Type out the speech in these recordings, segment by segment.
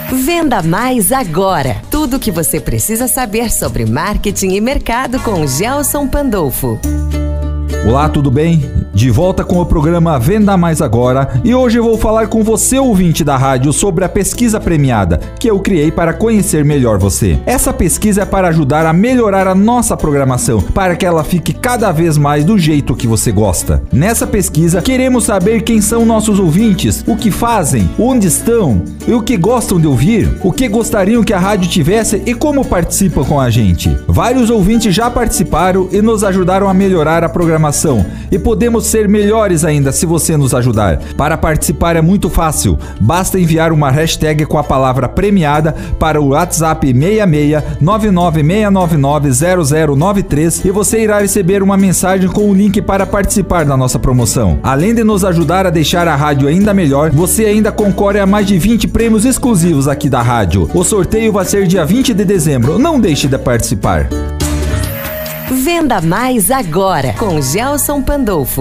Venda Mais agora. Tudo o que você precisa saber sobre marketing e mercado com Gelson Pandolfo. Olá, tudo bem? De volta com o programa Venda Mais Agora, e hoje eu vou falar com você, ouvinte da rádio, sobre a pesquisa premiada que eu criei para conhecer melhor você. Essa pesquisa é para ajudar a melhorar a nossa programação, para que ela fique cada vez mais do jeito que você gosta. Nessa pesquisa, queremos saber quem são nossos ouvintes, o que fazem, onde estão e o que gostam de ouvir, o que gostariam que a rádio tivesse e como participam com a gente. Vários ouvintes já participaram e nos ajudaram a melhorar a programação. E podemos ser melhores ainda se você nos ajudar. Para participar é muito fácil. Basta enviar uma hashtag com a palavra premiada para o WhatsApp 66996990093 e você irá receber uma mensagem com o link para participar da nossa promoção. Além de nos ajudar a deixar a rádio ainda melhor, você ainda concorre a mais de 20 prêmios exclusivos aqui da rádio. O sorteio vai ser dia 20 de dezembro. Não deixe de participar. Venda Mais agora com Gelson Pandolfo.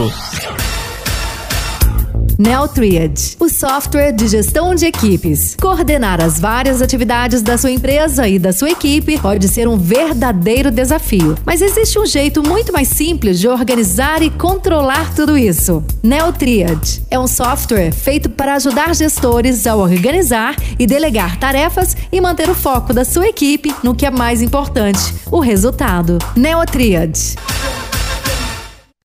Neotriad, o software de gestão de equipes. Coordenar as várias atividades da sua empresa e da sua equipe pode ser um verdadeiro desafio, mas existe um jeito muito mais simples de organizar e controlar tudo isso. Neotriad é um software feito para ajudar gestores a organizar e delegar tarefas e manter o foco da sua equipe no que é mais importante, o resultado. Neotriad.